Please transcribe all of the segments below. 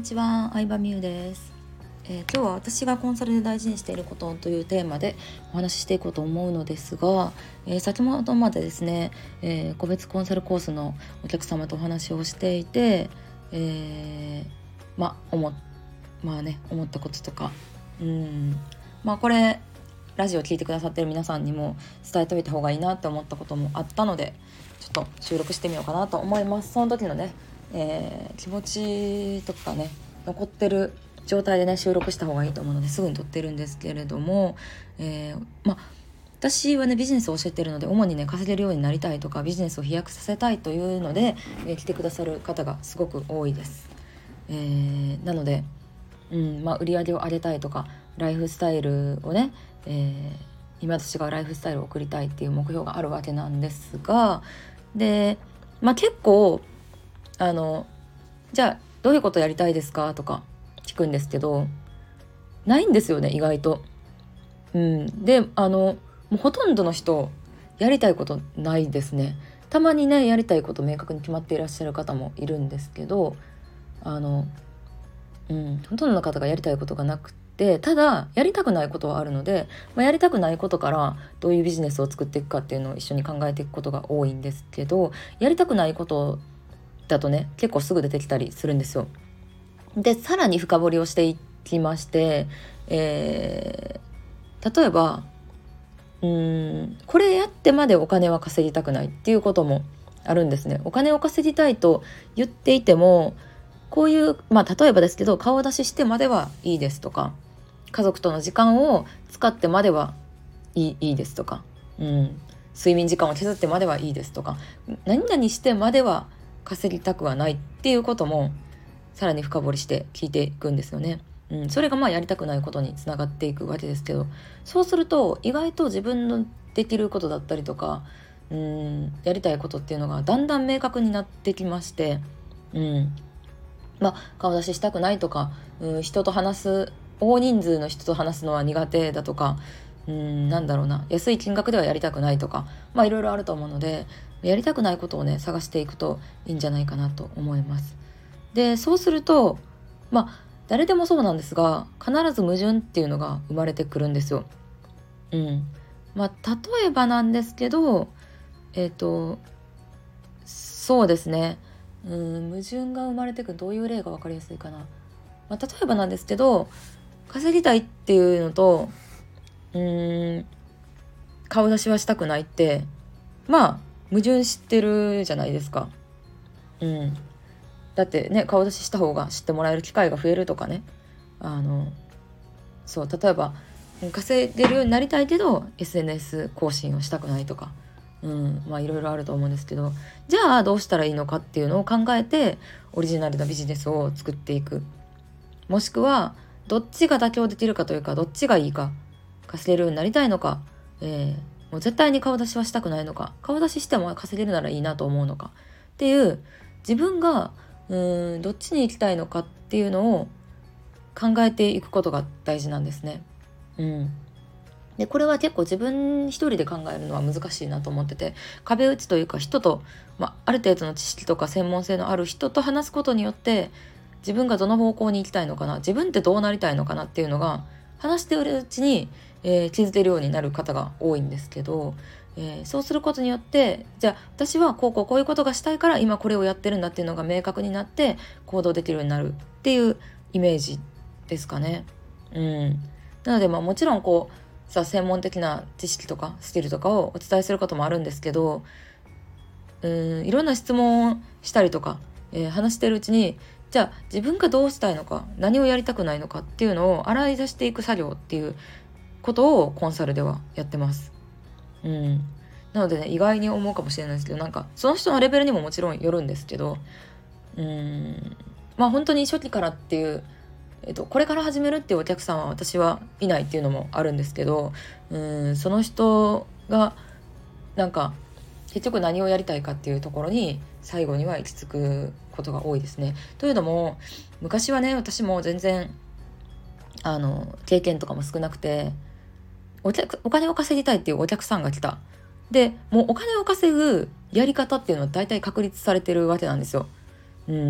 ちは、相葉美優です。今日は私がコンサルで大事にしていることというテーマでお話ししていこうと思うのですが、先ほどまでですね、個別コンサルコースのお客様とお話をしていて、思ったこととか、これラジオ聞いてくださっている皆さんにも伝えておいた方がいいなって思ったこともあったので、ちょっと収録してみようかなと思います。その時のね、気持ちとかね残ってる状態でね収録した方がいいと思うのですぐに撮ってるんですけれども、私はねビジネスを教えてるので、主にね稼げるようになりたいとかビジネスを飛躍させたいというので、来てくださる方がすごく多いです。なので、売り上げを上げたいとかライフスタイルをね、今私がライフスタイルを送りたいっていう目標があるわけなんですが、で、結構じゃあどういうことやりたいですかとか聞くんですけど、ないんですよね意外と。でもうほとんどの人やりたいことないですね。たまにねやりたいこと明確に決まっていらっしゃる方もいるんですけど、ほとんどの方がやりたいことがなくて、ただやりたくないことはあるので、やりたくないことからどういうビジネスを作っていくかっていうのを一緒に考えていくことが多いんですけど、やりたくないことだとね結構すぐ出てきたりするんですよ。でさらに深掘りをしていきまして、例えばこれやってまでお金は稼ぎたくないっていうこともあるんですね。お金を稼ぎたいと言っていても、こういう、例えばですけど顔出ししてまではいいですとか、家族との時間を使ってまではいいですとか、睡眠時間を削ってまではいいですとか、何々してまでは稼ぎたくはないっていうこともさらに深掘りして聞いていくんですよね。それがやりたくないことにつながっていくわけですけど、そうすると意外と自分のできることだったりとか、やりたいことっていうのがだんだん明確になってきまして、顔出ししたくないとか、人と話す、大人数の人と話すのは苦手だとか、安い金額ではやりたくないとか、いろいろあると思うので、やりたくないことをね探していくといいんじゃないかなと思います。でそうすると誰でもそうなんですが、必ず矛盾っていうのが生まれてくるんですよ。例えばなんですけど、そうですね、矛盾が生まれてくる、どういう例が分かりやすいかな。例えばなんですけど、稼ぎたいっていうのと顔出しはしたくないって矛盾してるじゃないですか。だってね、顔出しした方が知ってもらえる機会が増えるとかね、例えば稼げるようになりたいけど SNS 更新をしたくないとか、いろいろあると思うんですけど、じゃあどうしたらいいのかっていうのを考えてオリジナルなビジネスを作っていく、もしくはどっちが妥協できるかというか、どっちがいいか、稼げるようになりたいのか、もう絶対に顔出しはしたくないのか、顔出ししても稼げるならいいなと思うのかっていう、自分がどっちに行きたいのかっていうのを考えていくことが大事なんですね。でこれは結構自分一人で考えるのは難しいなと思ってて、壁打ちというか人と、ある程度の知識とか専門性のある人と話すことによって、自分がどの方向に行きたいのかな、自分ってどうなりたいのかなっていうのが話しているうちに、気づけるようになる方が多いんですけど、そうすることによって、じゃあ私はこういうことがしたいから今これをやってるんだっていうのが明確になって行動できるようになるっていうイメージですかね。なのでもちろん専門的な知識とかスキルとかをお伝えすることもあるんですけど、いろんな質問をしたりとか、話してるうちに、じゃあ自分がどうしたいのか、何をやりたくないのかっていうのを洗い出していく作業っていうことをコンサルではやってます。なのでね、意外に思うかもしれないですけど、その人のレベルにももちろんよるんですけど、本当に初期からっていう、これから始めるっていうお客さんは私はいないっていうのもあるんですけど、その人が結局何をやりたいかっていうところに最後には行き着くことが多いですね。というのも、昔はね私も全然経験とかも少なくて、お金を稼ぎたいっていうお客さんが来た。でもうお金を稼ぐやり方っていうのは大体確立されてるわけなんですよ。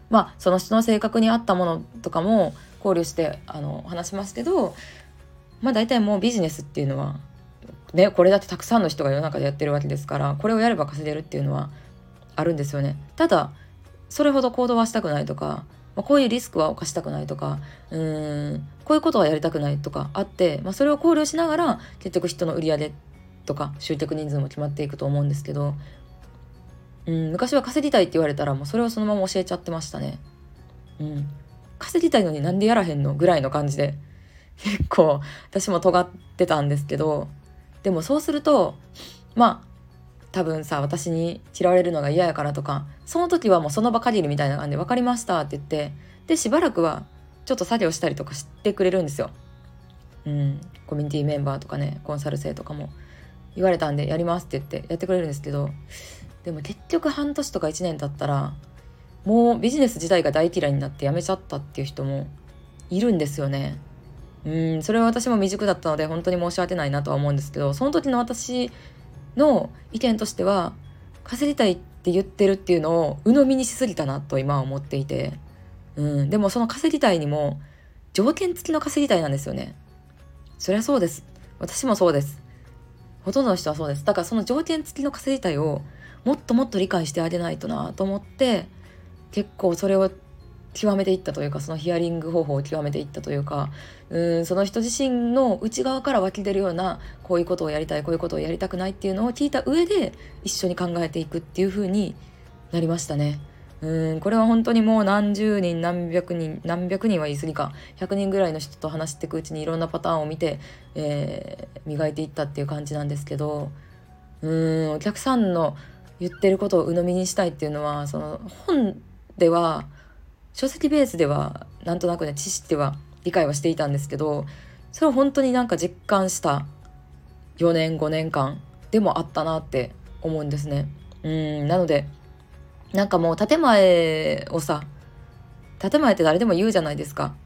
その人の性格に合ったものとかも考慮して話しますけど、大体もうビジネスっていうのはね、これだってたくさんの人が世の中でやってるわけですから、これをやれば稼げるっていうのはあるんですよね。ただそれほど行動はしたくないとか、こういうリスクは冒したくないとか、こういうことはやりたくないとかあって、それを考慮しながら結局人の売り上げとか集客人数も決まっていくと思うんですけど、昔は稼ぎたいって言われたらもうそれをそのまま教えちゃってましたね。稼ぎたいのになんでやらへんのぐらいの感じで結構私も尖ってたんですけど、でもそうすると多分さ、私に嫌われるのが嫌やからとか、その時はもうその場限りみたいな感じで分かりましたって言って、でしばらくはちょっと作業したりとかしてくれるんですよ。コミュニティメンバーとかね、コンサル生とかも言われたんでやりますって言ってやってくれるんですけど、でも結局半年とか1年経ったらもうビジネス自体が大嫌いになって辞めちゃったっていう人もいるんですよね。それは私も未熟だったので本当に申し訳ないなとは思うんですけど、その時の私の意見としては、稼ぎたいって言ってるっていうのを鵜呑みにしすぎたなと今は思っていて、でもその稼ぎたいにも条件付きの稼ぎたいなんですよね。そりゃそうです。私もそうです。ほとんどの人はそうです。だからその条件付きの稼ぎたいをもっともっと理解してあげないとなと思って、結構それを極めていったというか、そのヒアリング方法を極めていったというか、その人自身の内側から湧き出るような、こういうことをやりたい、こういうことをやりたくないっていうのを聞いた上で一緒に考えていくっていう風になりましたね。これは本当にもう何十人何百人は言い過ぎか、100人ぐらいの人と話していくうちにいろんなパターンを見て、磨いていったっていう感じなんですけど、お客さんの言ってることを鵜呑みにしたいっていうのは、その本では書籍ベースではなんとなくね、知識では理解はしていたんですけど、それを本当に実感した4年5年間でもあったなって思うんですね。なのでもう建前って誰でも言うじゃないですか。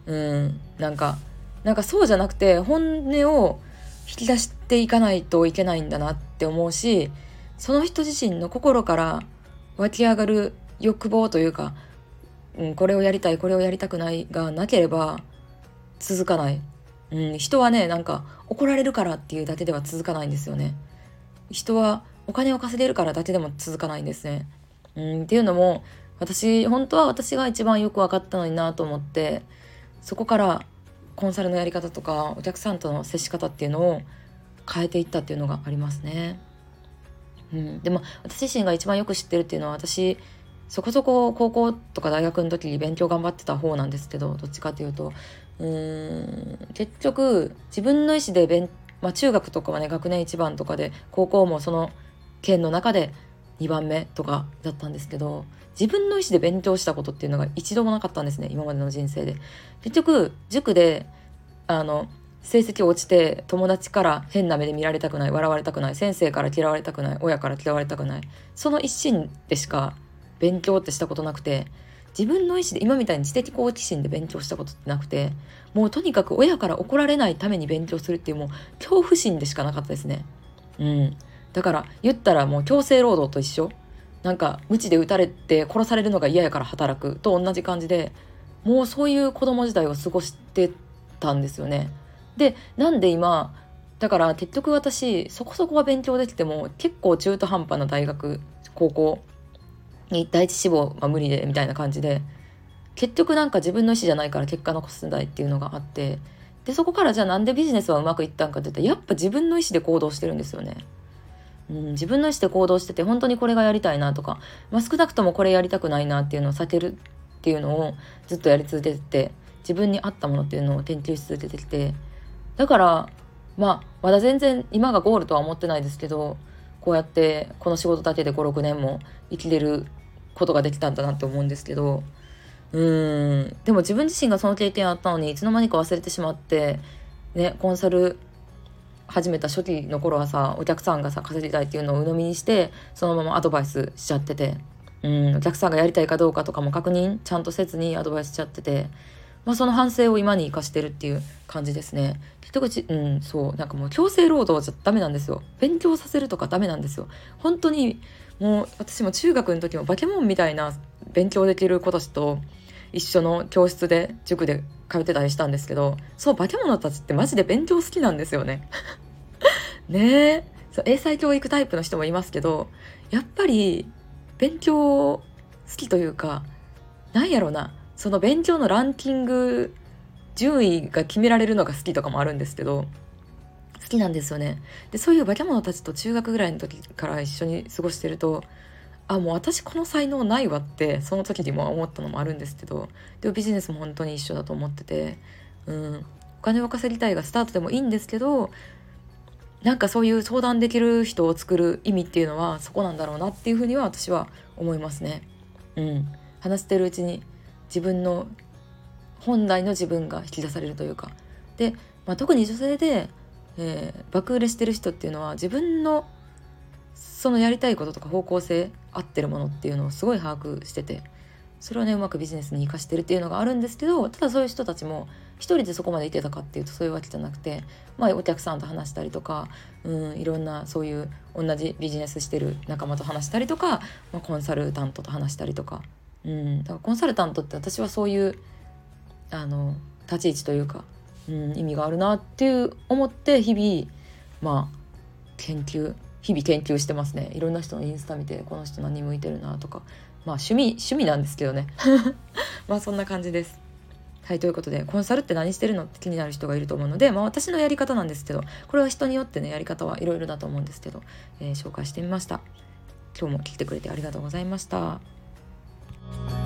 そうじゃなくて本音を引き出していかないといけないんだなって思うし、その人自身の心から湧き上がる欲望というか、これをやりたいこれをやりたくないがなければ続かない。人はね、怒られるからっていうだけでは続かないんですよね。人はお金を稼げるからだけでも続かないんですね。っていうのも本当は私が一番よく分かったのになと思って、そこからコンサルのやり方とかお客さんとの接し方っていうのを変えていったっていうのがありますね。でも私自身が一番よく知ってるっていうのは、私そこそこ高校とか大学の時に勉強頑張ってた方なんですけど、どっちかというと結局自分の意思で中学とかはね学年1番とかで、高校もその県の中で2番目とかだったんですけど、自分の意思で勉強したことっていうのが一度もなかったんですね、今までの人生で。結局塾で成績落ちて、友達から変な目で見られたくない、笑われたくない、先生から嫌われたくない、親から嫌われたくない、その一心でしか勉強ってしたことなくて、自分の意思で今みたいに知的好奇心で勉強したことってなくて、もうとにかく親から怒られないために勉強するっていうもう恐怖心でしかなかったですね。だから言ったらもう強制労働と一緒、鞭で打たれて殺されるのが嫌やから働くと同じ感じで、もうそういう子供時代を過ごしてたんですよね。でなんで今だから結局私そこそこは勉強できても結構中途半端な大学高校に第一志望は無理でみたいな感じで、結局自分の意思じゃないから結果残せないっていうのがあって、でそこからじゃあなんでビジネスはうまくいったんかって言ったら、やっぱ自分の意思で行動してるんですよね。自分の意思で行動してて、本当にこれがやりたいなとか、少なくともこれやりたくないなっていうのを避けるっていうのをずっとやり続けてて、自分に合ったものっていうのを研究し続けてきて、だからまだ全然今がゴールとは思ってないですけど、こうやってこの仕事だけで5、6年も生きれることができたんだなって思うんですけど、でも自分自身がその経験あったのにいつの間にか忘れてしまってね、コンサル始めた初期の頃はさ、お客さんがさ稼ぎたいっていうのを鵜呑みにしてそのままアドバイスしちゃってて、お客さんがやりたいかどうかとかも確認ちゃんとせずにアドバイスしちゃってて、その反省を今に生かしてるっていう感じですね。一口そうもう強制労働じゃダメなんですよ。勉強させるとかダメなんですよ。本当にもう私も中学の時もバケモンみたいな勉強できる子たちと一緒の教室で塾で通ってたりしたんですけど、そう化け物たちってマジで勉強好きなんですよねねえ、そう英才教育タイプの人もいますけど、やっぱり勉強好きというか、なんやろな、その勉強のランキング順位が決められるのが好きとかもあるんですけど、好きなんですよね。でそういう化け物たちと中学ぐらいの時から一緒に過ごしてると、もう私この才能ないわってその時にも思ったのもあるんですけど、でもビジネスも本当に一緒だと思ってて、お金を稼ぎたいがスタートでもいいんですけど、なんかそういう相談できる人を作る意味っていうのはそこなんだろうなっていうふうには私は思いますね。話してるうちに自分の本来の自分が引き出されるというかで、特に女性で、爆売れしてる人っていうのは自分のそのやりたいこととか方向性合ってるものっていうのをすごい把握してて、それをねうまくビジネスに生かしてるっていうのがあるんですけど、ただそういう人たちも一人でそこまでいけたかっていうとそういうわけじゃなくて、お客さんと話したりとか、いろんなそういう同じビジネスしてる仲間と話したりとか、コンサルタントと話したりとか、だからコンサルタントって私はそういう立ち位置というか、意味があるなっていう思って日々研究してますね。いろんな人のインスタ見てこの人何向いてるなとか、趣味なんですけどねそんな感じです。はい、ということでコンサルって何してるのって気になる人がいると思うので、私のやり方なんですけど、これは人によってねやり方はいろいろだと思うんですけど、紹介してみました。今日も聞いてくれてありがとうございました。